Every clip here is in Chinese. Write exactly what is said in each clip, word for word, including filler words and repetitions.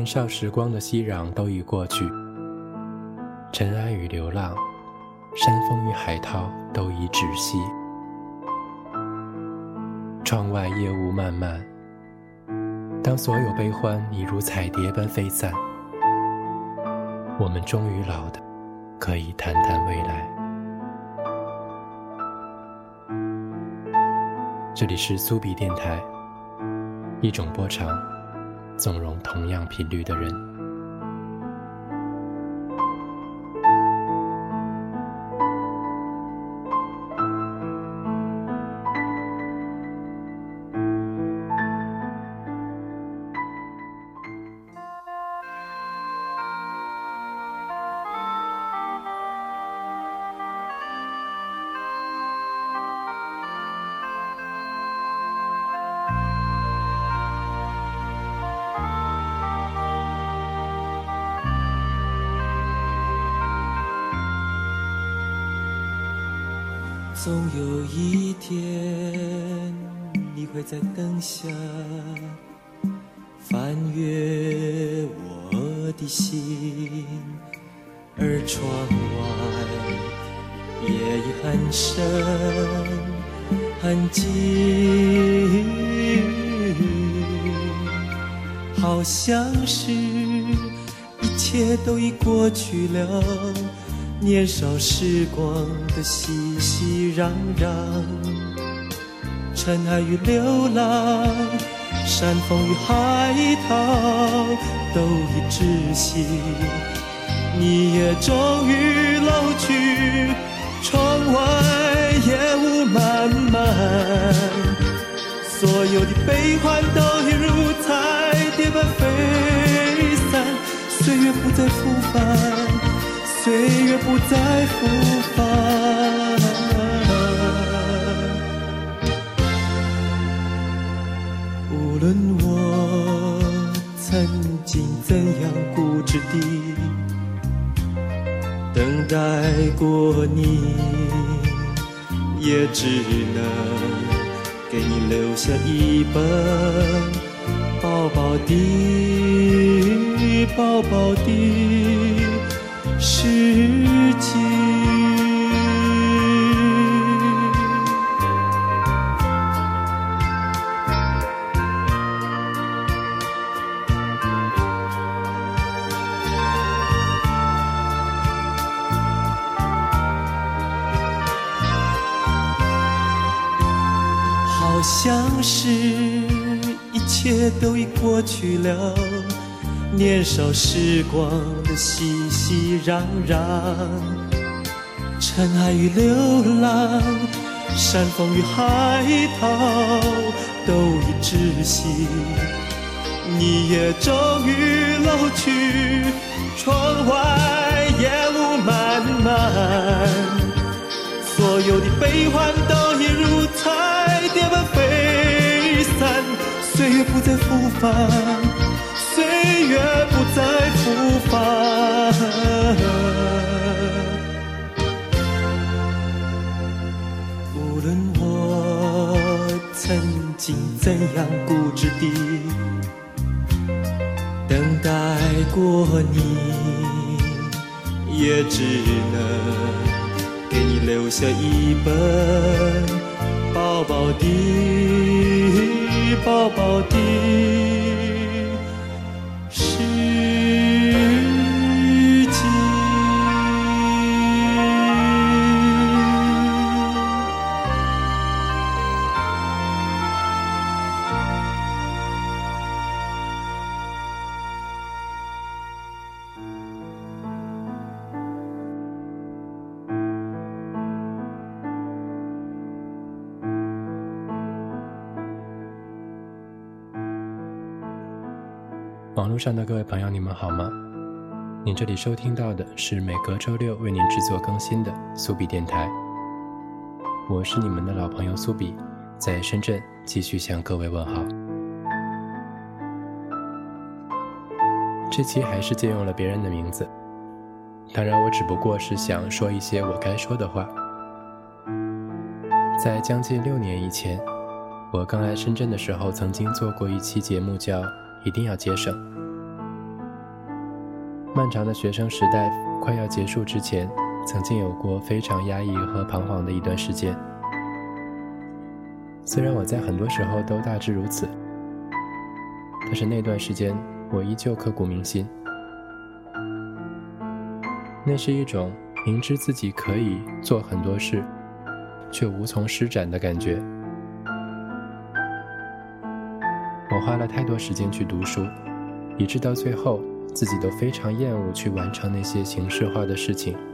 年少时光的熙攘都已过去，尘埃与流浪，山峰与海涛都已止息。窗外夜雾漫漫，当所有悲欢已如彩蝶般飞散，我们终于老得可以谈谈未来。这里是苏比电台，一种波长纵容同样频率的人。 总有一天你会在灯下翻阅我的心，而窗外夜已很深很静，好像是一切都已过去了，年少时光的熙熙攘攘，尘埃与流浪，山峰与海涛都已窒息，你也终于老去，窗外夜雾漫漫，所有的悲欢都已如彩蝶般飞散，岁月不再复返，岁月不再复返，无论我曾经怎样固执地等待过你，也只能给你留下一本薄薄的薄薄的世界。好像是一切都已过去了，年少时光的熙熙攘攘，尘埃与流浪，山峰与海涛都已窒息，你也终于老去，窗外夜雾漫漫，所有的悲欢都已如彩蝶般飞散，岁月不再复返，岁月不再复返，无论我曾经怎样固执地等待过你，也只能给你留下一本薄薄的薄薄的世界。 网络上的各位朋友，你们好吗？您这里收听到的是每隔周六为您制作更新的苏比电台，我是你们的老朋友苏比，在深圳继续向各位问好。这期还是借用了别人的名字，当然我只不过是想说一些我该说的话。在将近六年以前，我刚来深圳的时候，曾经做过一期节目叫一定要节省。 漫长的学生时代快要结束之前，曾经有过非常压抑和彷徨的一段时间。虽然我在很多时候都大致如此，但是那段时间我依旧刻骨铭心。那是一种明知自己可以做很多事，却无从施展的感觉。我花了太多时间去读书，以致到最后自己都非常厌恶去完成那些形式化的事情。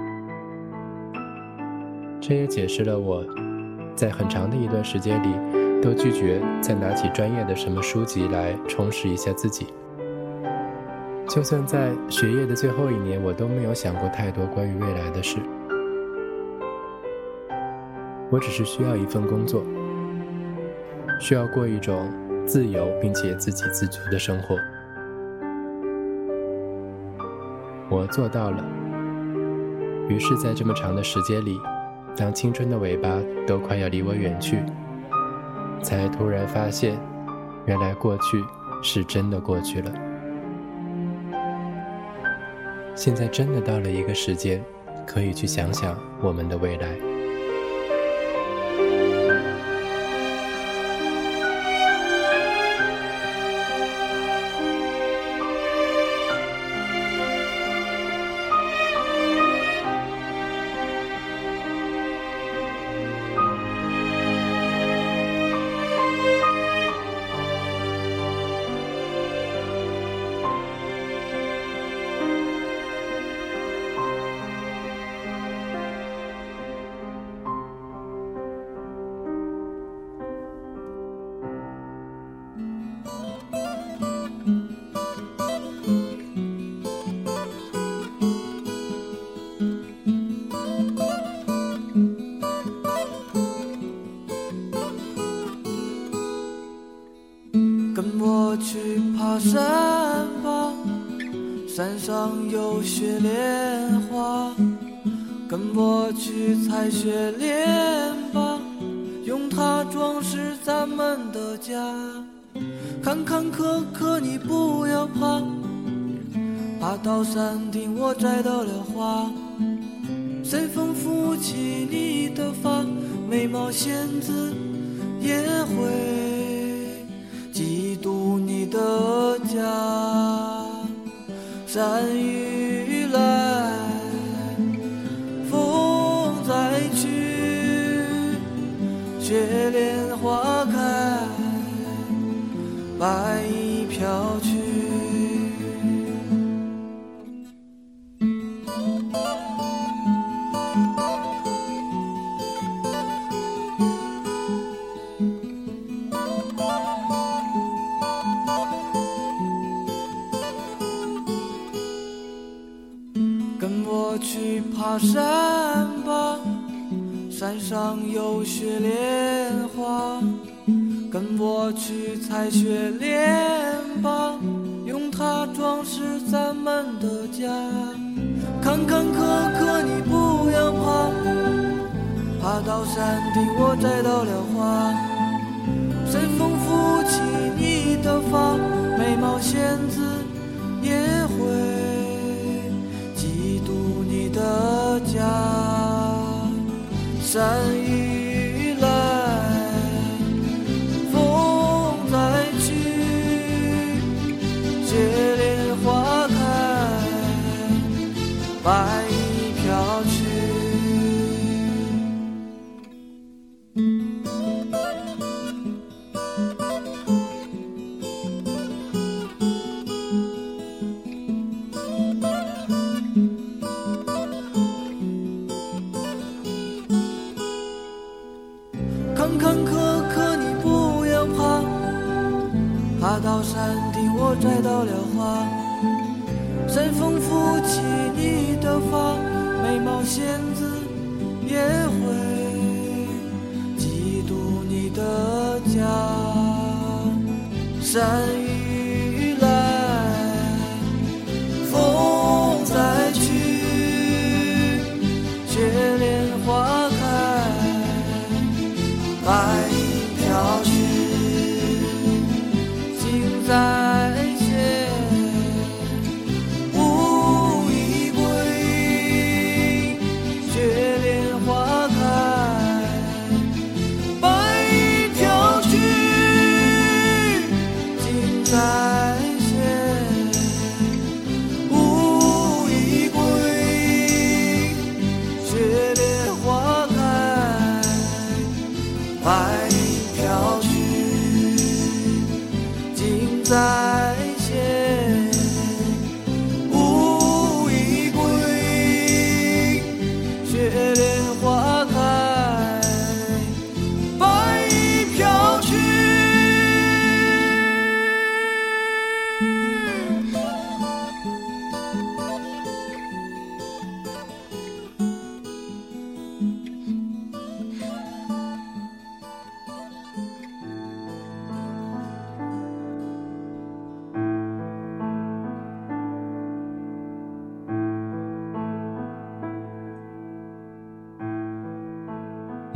这也解释了我在很长的一段时间里都拒绝再拿起专业的什么书籍来充实一下自己。就算在学业的最后一年，我都没有想过太多关于未来的事。我只是需要一份工作，需要过一种自由并且自给自足的生活。我做到了。于是在这么长的时间里，当青春的尾巴都快要离我远去，才突然发现，原来过去是真的过去了。现在真的到了一个时间，可以去想想我们的未来。 去爬山吧，山上有雪莲花，跟我去采雪莲吧，用它装饰咱们的家。坎坎坷坷你不要怕，爬到山顶我摘到了花，随风拂起你的发，眉毛仙子也会嫉妒你的家。山雨来，风再去，雪莲花开，白衣飘去。跟我去爬山吧，山上有雪莲花，跟我去采雪莲吧，用它装饰咱们的家。坎坎坷坷你不要怕，爬到山顶我摘到了花，随风拂起你的发，眉毛仙子也会嫉妒你的家。山雨来，风再去，雪莲花开，白衣飘去。坎坎坷坷你不要怕，爬到山顶我摘到了花，随风拂起你的发，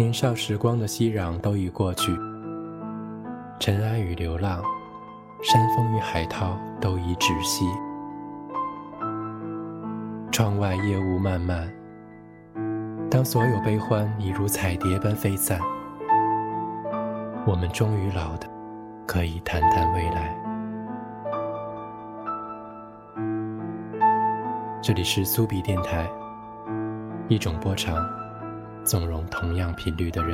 年少时光的熙攘都已过去，尘埃与流浪，山峰与海涛都已止息。窗外夜雾漫漫，当所有悲欢已如彩蝶般飞散，我们终于老得可以谈谈未来。这里是苏比电台，一种波长纵容同样频率的人。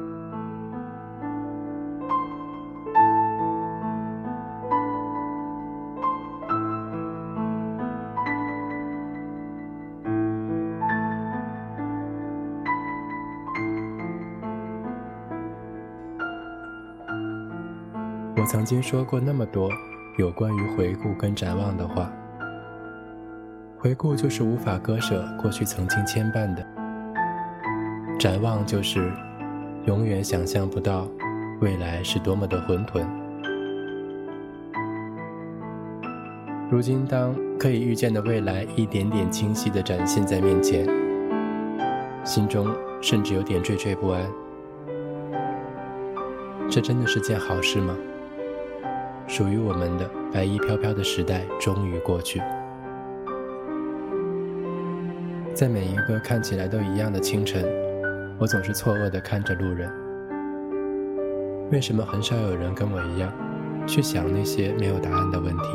我曾经说过那么多有关于回顾跟展望的话。回顾就是无法割舍过去曾经牵绊的，展望就是永远想象不到未来是多么的混沌。如今当可以预见的未来一点点清晰地展现在面前，心中甚至有点惴惴不安。这真的是件好事吗？属于我们的白衣飘飘的时代终于过去。在每一个看起来都一样的清晨，我总是错愕地看着路人。为什么很少有人跟我一样去想那些没有答案的问题？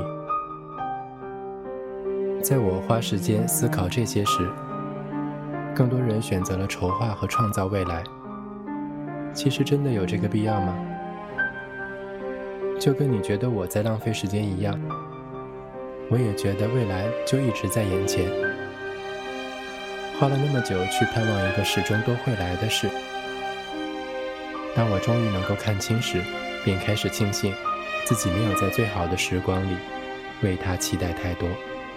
在我花时间思考这些时，更多人选择了筹划和创造未来。其实真的有这个必要吗？就跟你觉得我在浪费时间一样，我也觉得未来就一直在眼前。花了那么久去盼望一个始终都会来的事，当我终于能够看清时，便开始庆幸自己没有在最好的时光里为它期待太多。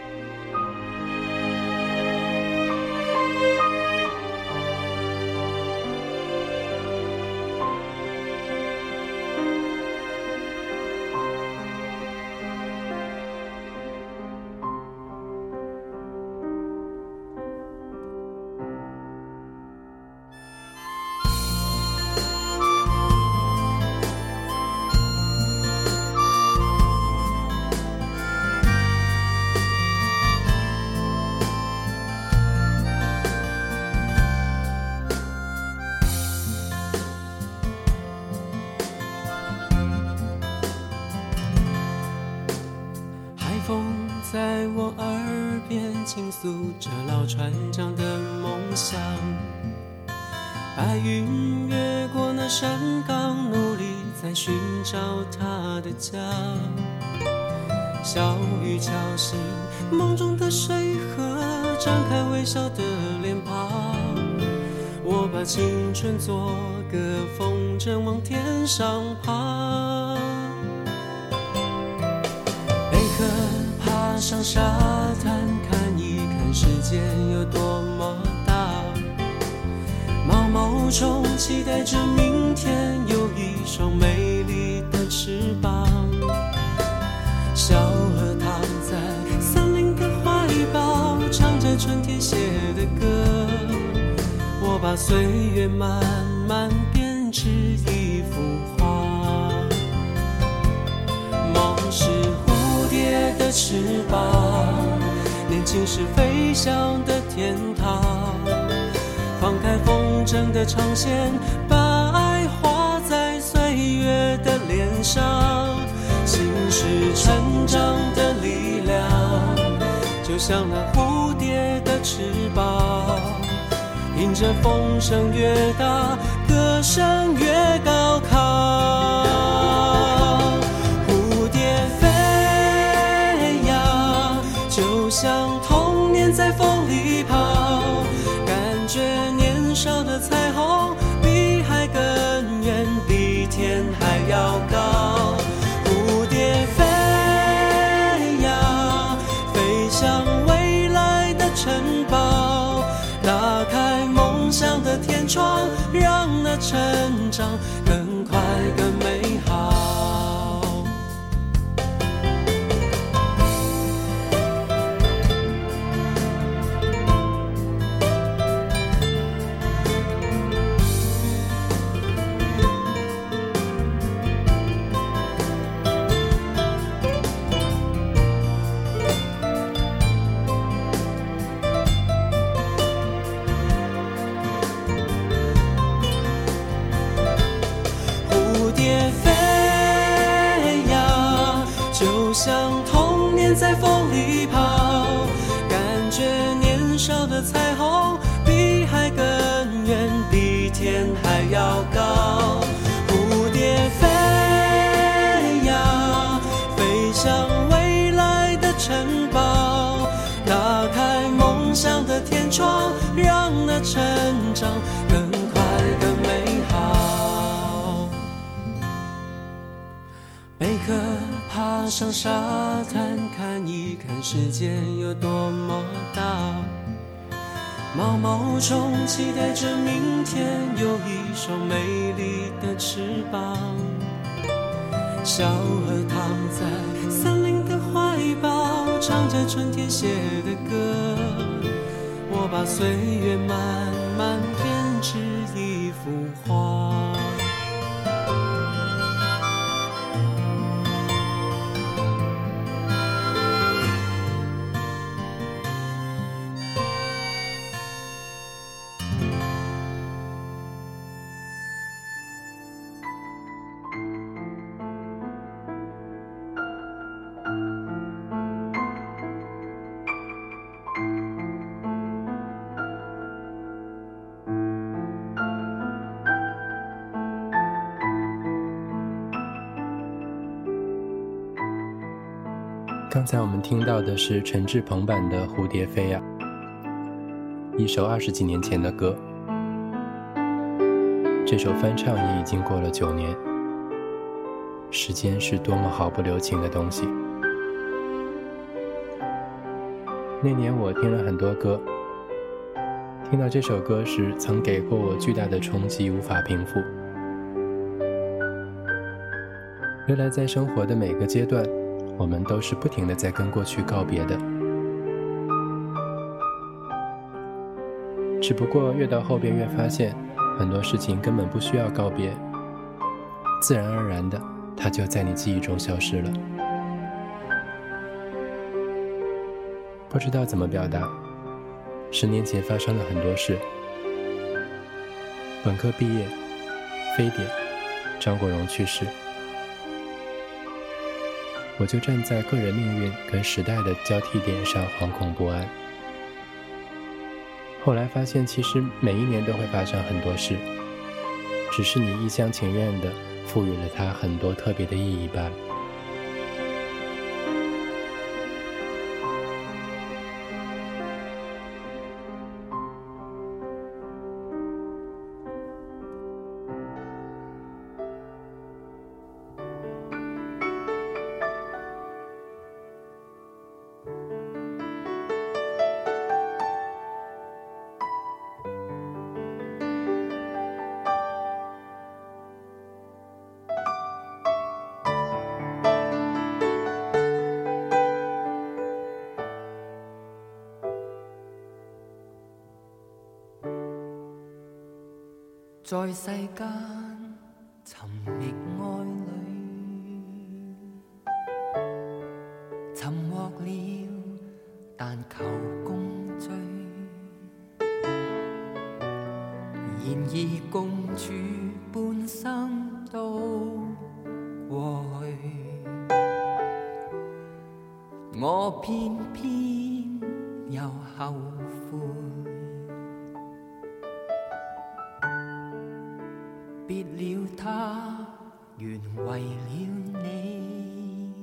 在我耳边倾诉着老船长的梦想，白云越过那山岗，努力在寻找他的家。小雨敲醒梦中的水河，张开微笑的脸庞。我把青春做个风筝往天上爬，贝壳爬上沙滩，看一看世界有多么大。毛毛虫期待着明天有一双美丽的翅膀。小河躺在森林的怀抱，唱着春天写的歌。我把岁月慢慢编织一幅画。梦是蝴蝶的翅膀，年轻时飞翔的天堂。放开风筝的长线，把爱画在岁月的脸上。心是成长的力量，就像那蝴蝶的翅膀，迎着风声越大，歌声越高亢。蝴蝶飞呀，就像童年在风里跑，感觉年少的彩虹比海更远，比天还要高。蝴蝶飞呀，飞向未来的城堡，打开梦想的天窗，让那成长更快更美好。 少的彩虹，比海更远，比天还要高。蝴蝶飞呀，飞向未来的城堡，打开梦想的天窗，让那成长更快更美好。贝壳爬上沙滩，看一看世界有多么大。毛毛虫期待着明天有一双美丽的翅膀。小河躺在森林的怀抱，唱着春天写的歌。我把岁月慢慢编织一幅画。 刚才我们听到的是陈志朋版的《蝴蝶飞呀》，一首二十几年前的歌。这首翻唱也已经过了九年。时间是多么毫不留情的东西。那年我听了很多歌，听到这首歌时曾给过我巨大的冲击，无法平复。原来在生活的每个阶段，我们都是不停地在跟过去告别的，只不过越到后边越发现很多事情根本不需要告别，自然而然的它就在你记忆中消失了。不知道怎么表达，十年前发生了很多事。本科毕业，非典，张国荣去世，我就站在个人命运跟时代的交替点上惶恐不安。后来发现其实每一年都会发生很多事，只是你一厢情愿地赋予了它很多特别的意义罢了。 在世間尋覓愛侶，尋獲了但求共聚，然而共處半生都過去，我偏偏又後悔。別了他，原為了你，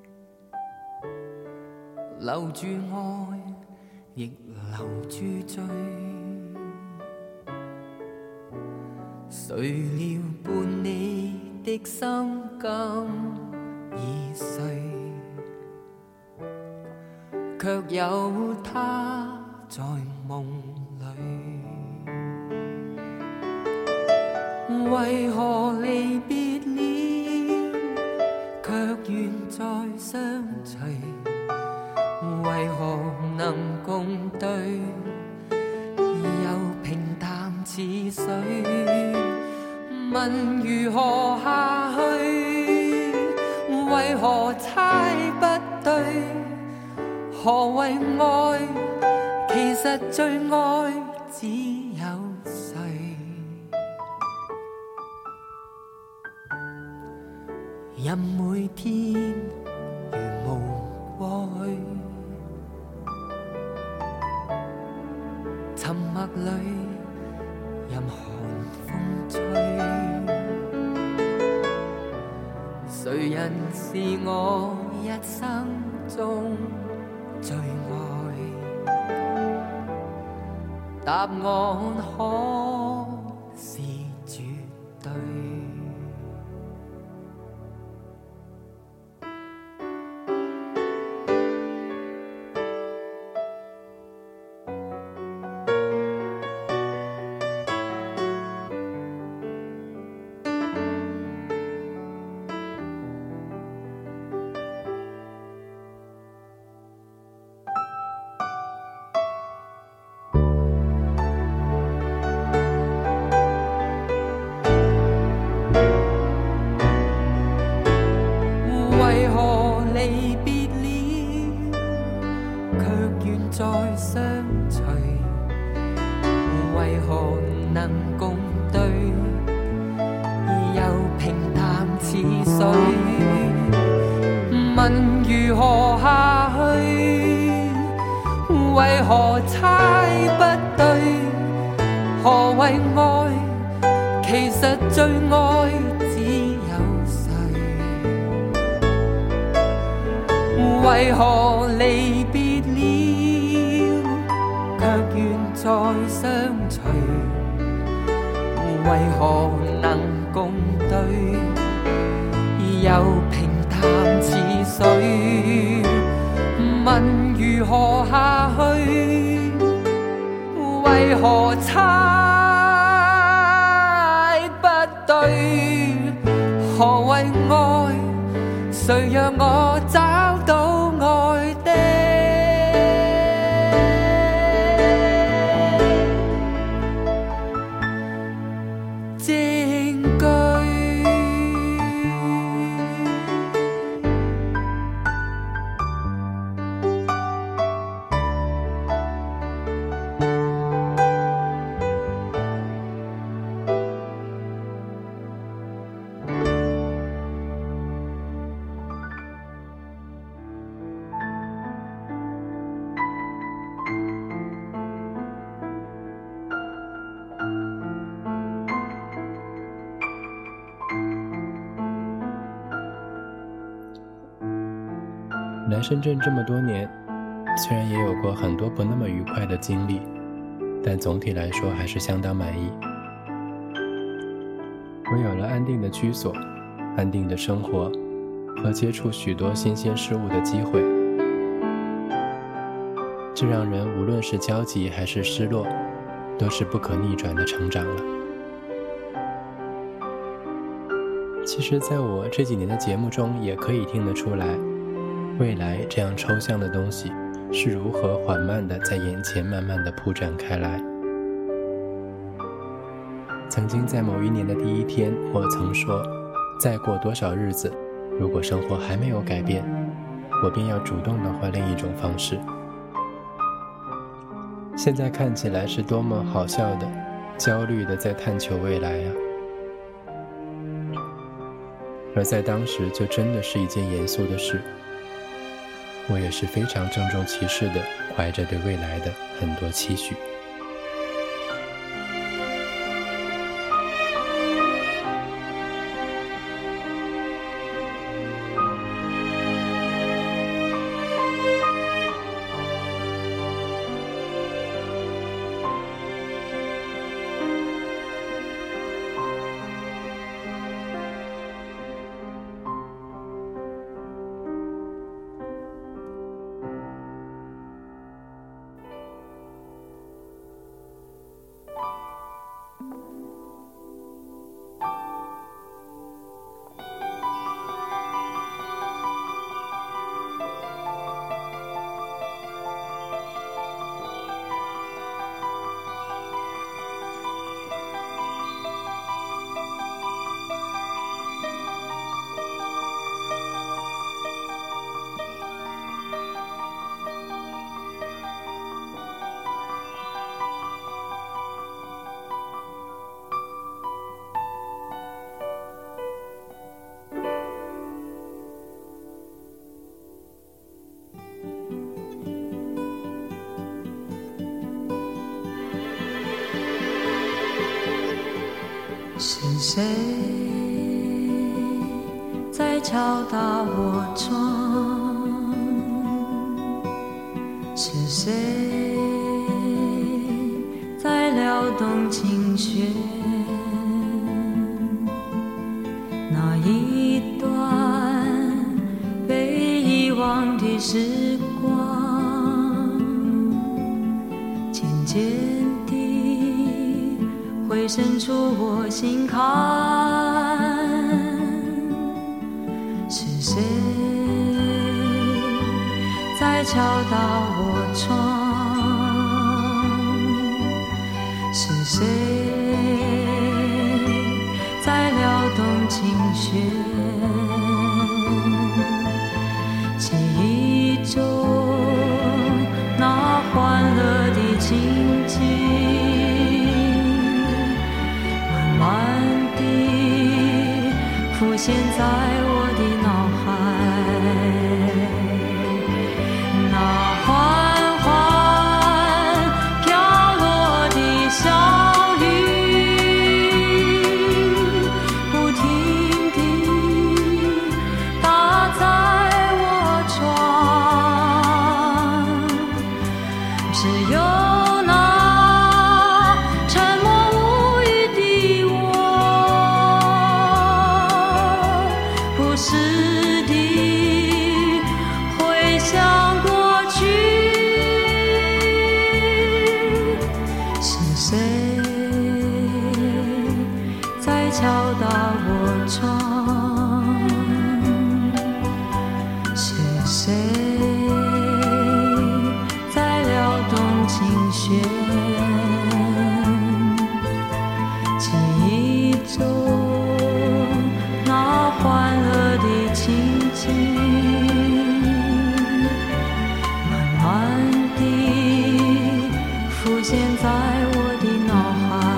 留住愛，亦留住罪。誰料伴你的心今已碎，卻有他在夢裏。為何離別了，卻願再相隨？為何能共對，又平淡似水？問如何下去？為何猜不對？何謂愛？其實最愛只有誰？任每天如霧過去， 沉默里任寒風吹。誰人是我一生中最愛？答案可是絕對。為何離別了，卻願再相隨？為何能共對，又平淡似水？問如何下去？為何猜不對？何謂愛？其實最愛只有誰？為何離別了，卻願再相隨？為何能共對，又平淡似水？問如何下去？為何猜不對？何謂愛？誰讓我找到愛的證據？ 来深圳这么多年，虽然也有过很多不那么愉快的经历，但总体来说还是相当满意。我有了安定的居所，安定的生活和接触许多新鲜事物的机会，这让人无论是焦急还是失落，都是不可逆转的成长了。其实在我这几年的节目中也可以听得出来，未来这样抽象的东西是如何缓慢地在眼前慢慢地铺展开来。曾经在某一年的第一天，我曾说，再过多少日子，如果生活还没有改变，我便要主动地换另一种方式。现在看起来是多么好笑的，焦虑地在探求未来啊！而在当时就真的是一件严肃的事。我也是非常郑重其事地怀着对未来的很多期许。 是谁在敲打我窗？是谁在撩动琴弦？那一段被遗忘的时光，渐渐地会渗出我心坎。是谁在敲打我窗？是谁在撩动琴弦？记忆中那欢乐的情景，慢慢地浮现在我的脑海。那缓缓飘落的小雨，不停地打在我窗，只有那沉默无语的我，不时地回想过去。是谁在敲打我窗？是谁在撩动琴弦？记忆中那欢乐的情景，慢慢地浮现在我的脑海。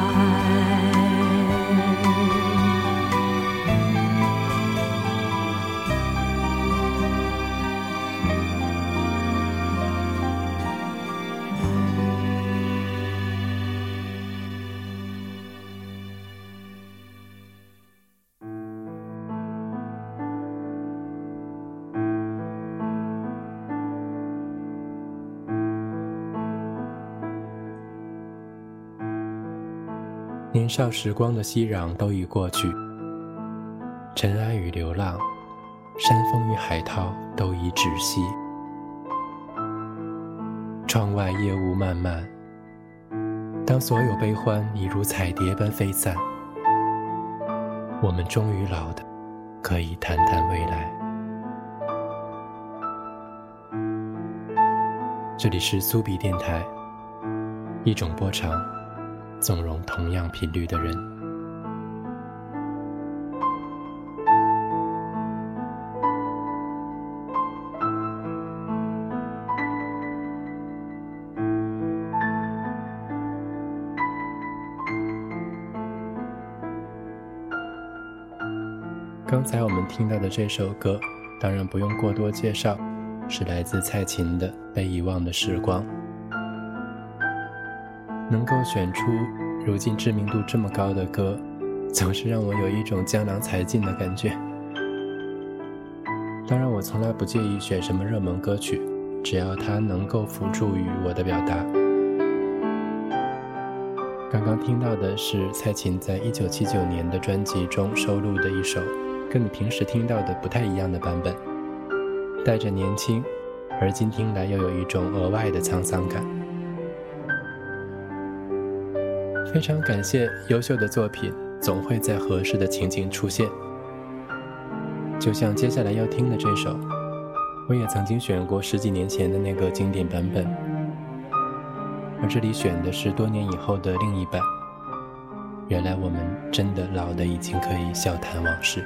年少时光的熙攘都已过去，尘埃与流浪，山峰与海涛都已止息。窗外夜雾漫漫，当所有悲欢已如彩蝶般飞散，我们终于老得可以谈谈未来。这里是苏比电台，一种波长纵容同样频率的人。刚才我们听到的这首歌，当然不用过多介绍，是来自蔡琴的《被遗忘的时光》。能够选出如今知名度这么高的歌，总是让我有一种江郎才尽的感觉。当然我从来不介意选什么热门歌曲，只要它能够辅助于我的表达。刚刚听到的是蔡琴在一九七九年的专辑中收录的一首跟你平时听到的不太一样的版本，带着年轻，而今听来又有一种额外的沧桑感。非常感谢优秀的作品总会在合适的情景出现，就像接下来要听的这首，我也曾经选过十几年前的那个经典版本，而这里选的是多年以后的另一版。原来我们真的老得已经可以笑谈往事。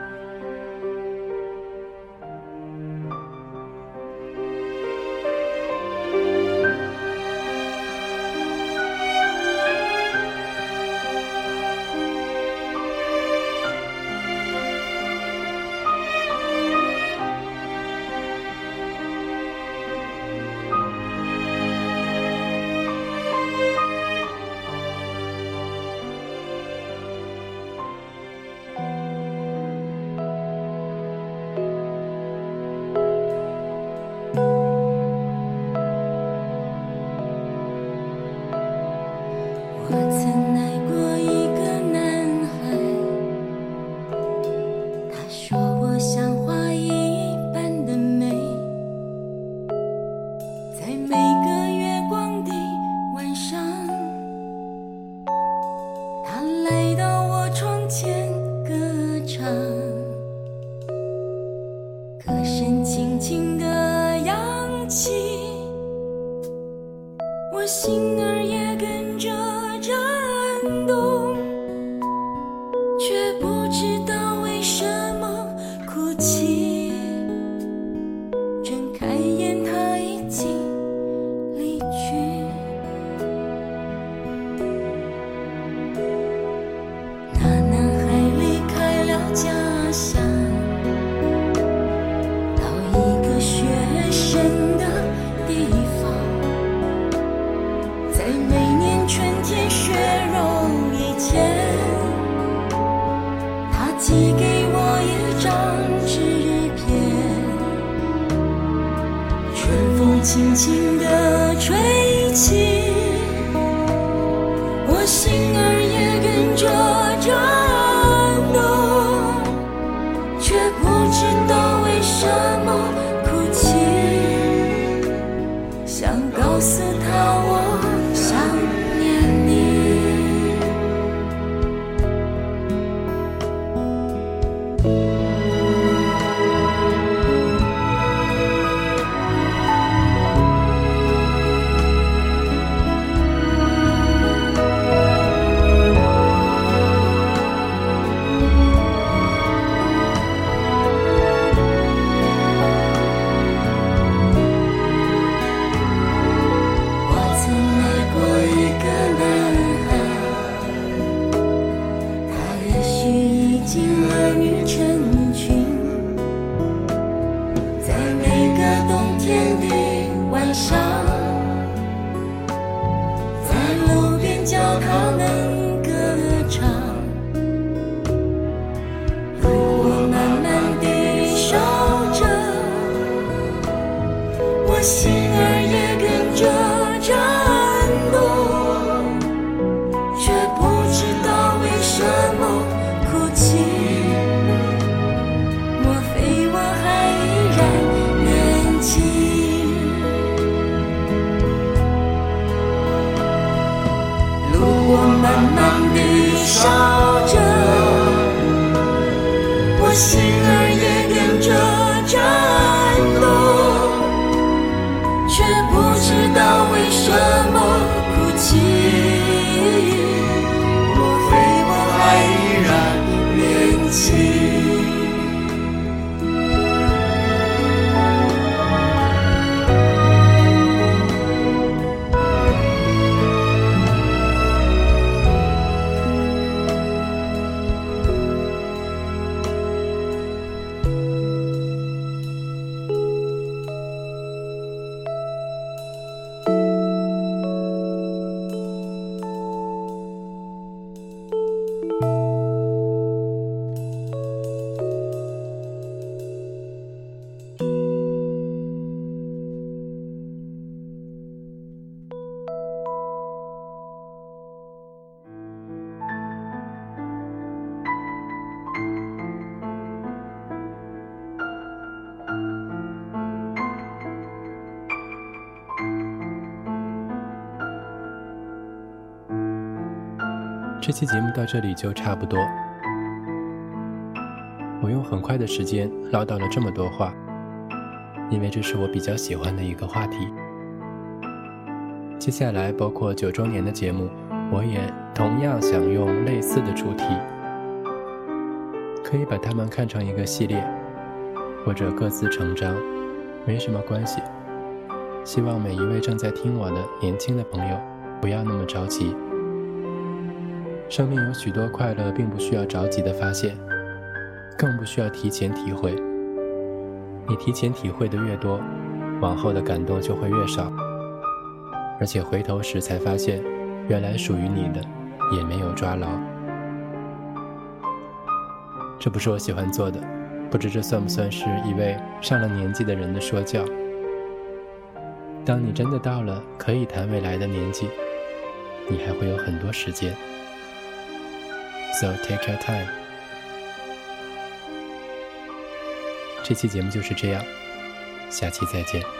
轻轻地吹起，我心儿也跟着颤动，却不知道为什么哭泣，想告诉他我想念你。心儿也跟着颤动，却不知道为什么哭泣，莫非我还依然年轻？路我慢慢地烧着，我心儿也跟着颤动，却不知道为什么哭泣，莫非我还依然年轻？ 这期节目到这里就差不多，我用很快的时间唠叨了这么多话，因为这是我比较喜欢的一个话题。接下来包括九周年的节目，我也同样想用类似的主题，可以把它们看成一个系列，或者各自成章，没什么关系。希望每一位正在听我的年轻的朋友不要那么着急，生命有许多快乐并不需要着急的发现，更不需要提前体会。你提前体会的越多，往后的感动就会越少，而且回头时才发现，原来属于你的也没有抓牢。这不是我喜欢做的，不知这算不算是一位上了年纪的人的说教。当你真的到了可以谈未来的年纪， 你还会有很多时间。 So take your time。 这期节目就是这样，下期再见。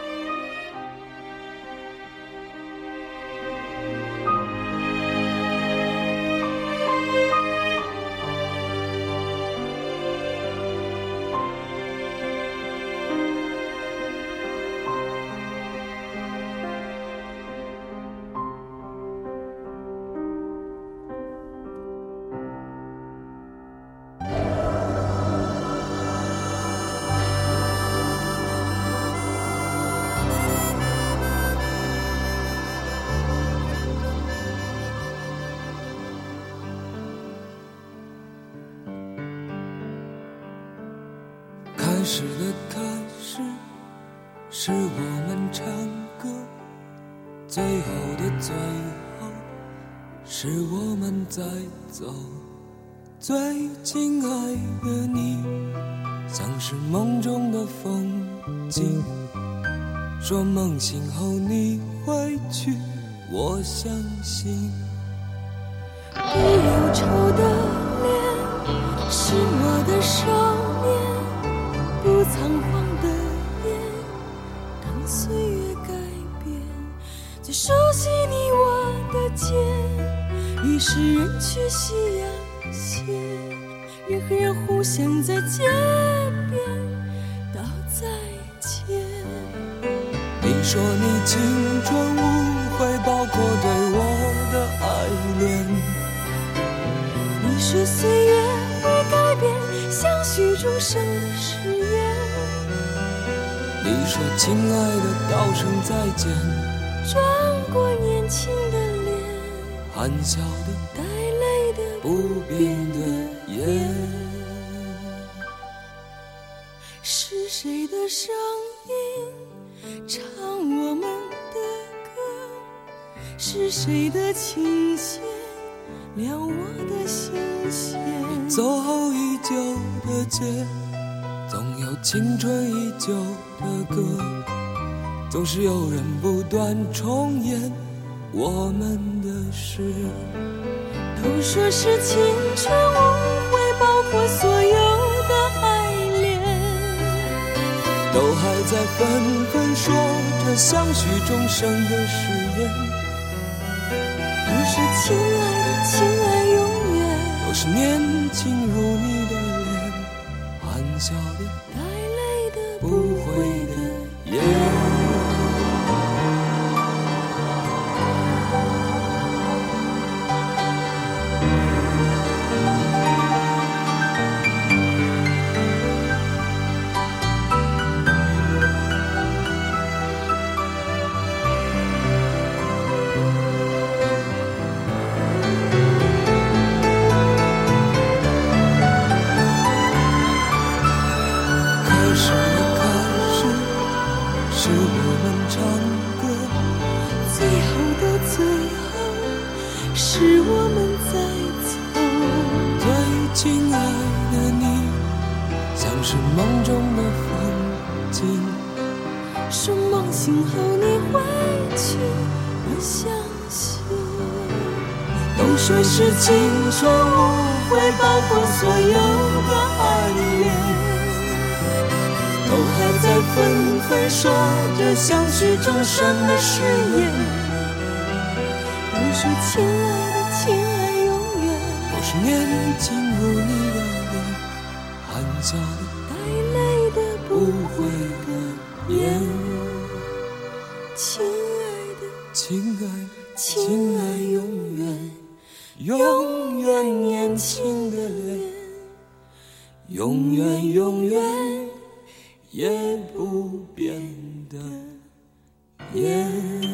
开始的开始，是我们唱歌；最后的最后，是我们在走。最亲爱的你，像是梦中的风景。说梦醒后你会去，我相信。 你忧愁的脸，是我的少年。不仓皇的眼，当岁月改变，最熟悉你我的肩。于是人去夕阳斜，人和人互相在街边道再见。 你说你青春无悔，包括对我的爱恋。 你说岁月会改变相许终生的誓言。 你说亲爱的道声再见， 转过年轻的脸， 含笑的带泪的不变的眼。 是谁的声音唱我们的歌？是谁的琴弦亮我的心弦？ 走后已久的街，总有青春依旧的歌，总是有人不断重演我们的事。 都说是青春无悔，包括所有的爱恋。 都还在纷纷说着相许终生的誓言。 都说亲爱的，亲爱永远。 都是年轻如你的脸，含笑的带泪的不悔的眼。 是我们在走。 最亲爱的你，像是梦中的风景。 说梦醒后你会去，我相信。 都说是青春无悔，包括所有的爱恋。都还在纷纷说着相许终生的誓言。 都说亲爱的，亲爱永远。 都是年轻如你的脸，含笑的带泪的不悔的眼。 亲爱的， 亲爱的， 亲爱永远， 永远年轻的脸，永远永远也不变的眼。